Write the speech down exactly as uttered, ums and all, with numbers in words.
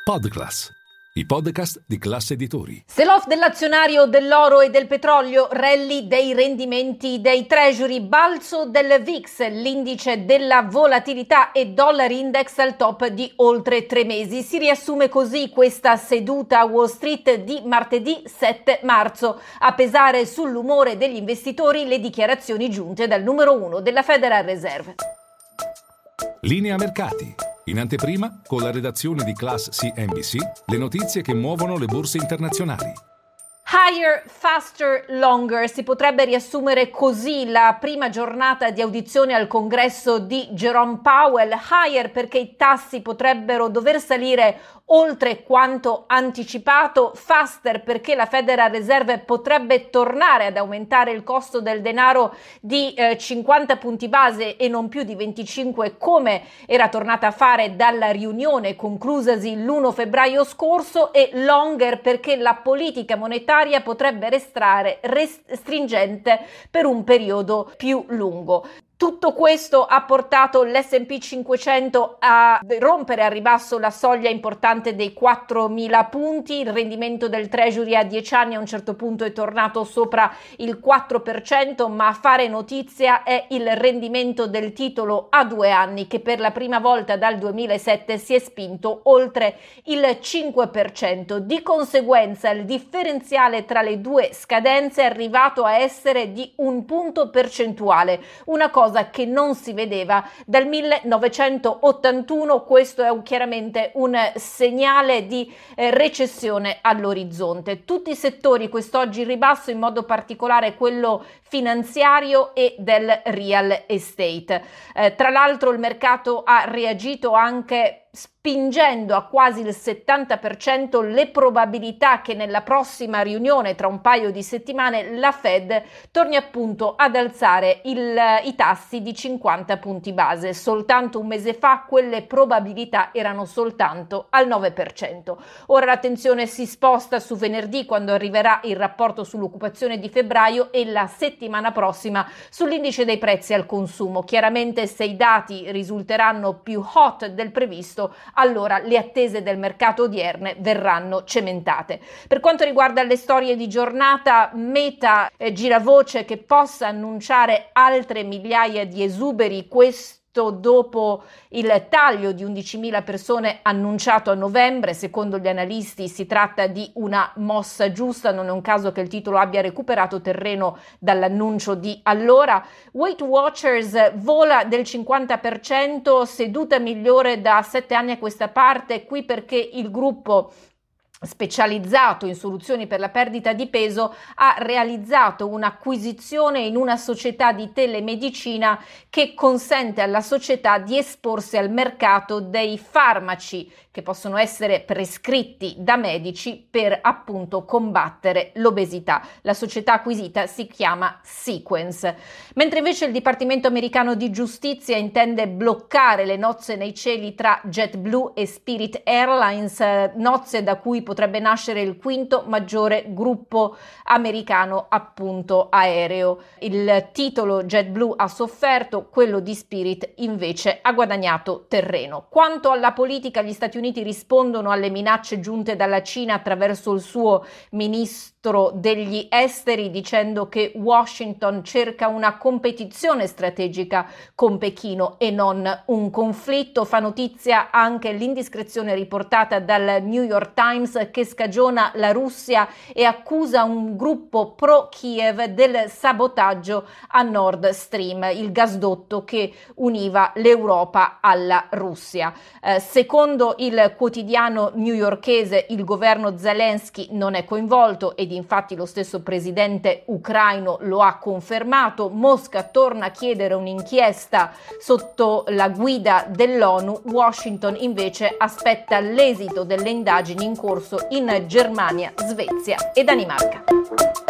Podclass, i podcast di Class Editori. Sell-off dell'azionario dell'oro e del petrolio, rally dei rendimenti dei treasury, balzo del V I X, l'indice della volatilità e dollar index al top di oltre tre mesi. Si riassume così questa seduta Wall Street di martedì sette marzo. A pesare sull'umore degli investitori le dichiarazioni giunte dal numero uno della Federal Reserve. Linea mercati. In anteprima, con la redazione di Class C N B C, le notizie che muovono le borse internazionali. Higher, faster, longer. Si potrebbe riassumere così la prima giornata di audizione al congresso di Jerome Powell. Higher perché i tassi potrebbero dover salire oltre quanto anticipato, faster perché la Federal Reserve potrebbe tornare ad aumentare il costo del denaro di eh, cinquanta punti base e non più di venticinque come era tornata a fare dalla riunione conclusasi l'primo febbraio scorso, e longer perché la politica monetaria potrebbe restare restringente per un periodo più lungo. Tutto questo ha portato l'esse and pi cinquecento a rompere a ribasso la soglia importante dei quattromila punti. Il rendimento del Treasury a dieci anni a un certo punto è tornato sopra il quattro per cento, ma a fare notizia è il rendimento del titolo a due anni che per la prima volta dal duemilasette si è spinto oltre il cinque per cento. Di conseguenza il differenziale tra le due scadenze è arrivato a essere di un punto percentuale, una cosa che non si vedeva dal millenovecentottantuno. Questo è un, chiaramente un segnale di eh, recessione all'orizzonte. Tutti i settori quest'oggi in ribasso, in modo particolare quello finanziario e del real estate. Eh, tra l'altro il mercato ha reagito anche spingendo a quasi il settanta per cento le probabilità che nella prossima riunione tra un paio di settimane la Fed torni appunto ad alzare il, i tassi di cinquanta punti base. Soltanto un mese fa quelle probabilità erano soltanto al nove per cento. Ora l'attenzione si sposta su venerdì, quando arriverà il rapporto sull'occupazione di febbraio, e la settimana prossima sull'indice dei prezzi al consumo. Chiaramente se i dati risulteranno più hot del previsto, allora le attese del mercato odierne verranno cementate. Per quanto riguarda le storie di giornata, Meta eh, gira voce che possa annunciare altre migliaia di esuberi, questo dopo il taglio di undicimila persone annunciato a novembre. Secondo gli analisti si tratta di una mossa giusta, non è un caso che il titolo abbia recuperato terreno dall'annuncio di allora. Weight Watchers vola del cinquanta per cento, seduta migliore da sette anni a questa parte, qui perché il gruppo specializzato in soluzioni per la perdita di peso ha realizzato un'acquisizione in una società di telemedicina che consente alla società di esporsi al mercato dei farmaci che possono essere prescritti da medici per appunto combattere l'obesità. La società acquisita si chiama Sequence. Mentre invece il Dipartimento americano di giustizia intende bloccare le nozze nei cieli tra JetBlue e Spirit Airlines, nozze da cui potrebbe nascere il quinto maggiore gruppo americano appunto aereo. Il titolo JetBlue ha sofferto, quello di Spirit invece ha guadagnato terreno. Quanto alla politica, gli Stati Uniti rispondono alle minacce giunte dalla Cina attraverso il suo ministro degli esteri, dicendo che Washington cerca una competizione strategica con Pechino e non un conflitto. Fa notizia anche l'indiscrezione riportata dal New York Times che scagiona la Russia e accusa un gruppo pro-Kiev del sabotaggio a Nord Stream, il gasdotto che univa l'Europa alla Russia. Eh, secondo il quotidiano newyorkese il governo Zelensky non è coinvolto ed infatti lo stesso presidente ucraino lo ha confermato. Mosca torna a chiedere un'inchiesta sotto la guida dell'ONU. Washington invece aspetta l'esito delle indagini in corso in Germania, Svezia e Danimarca.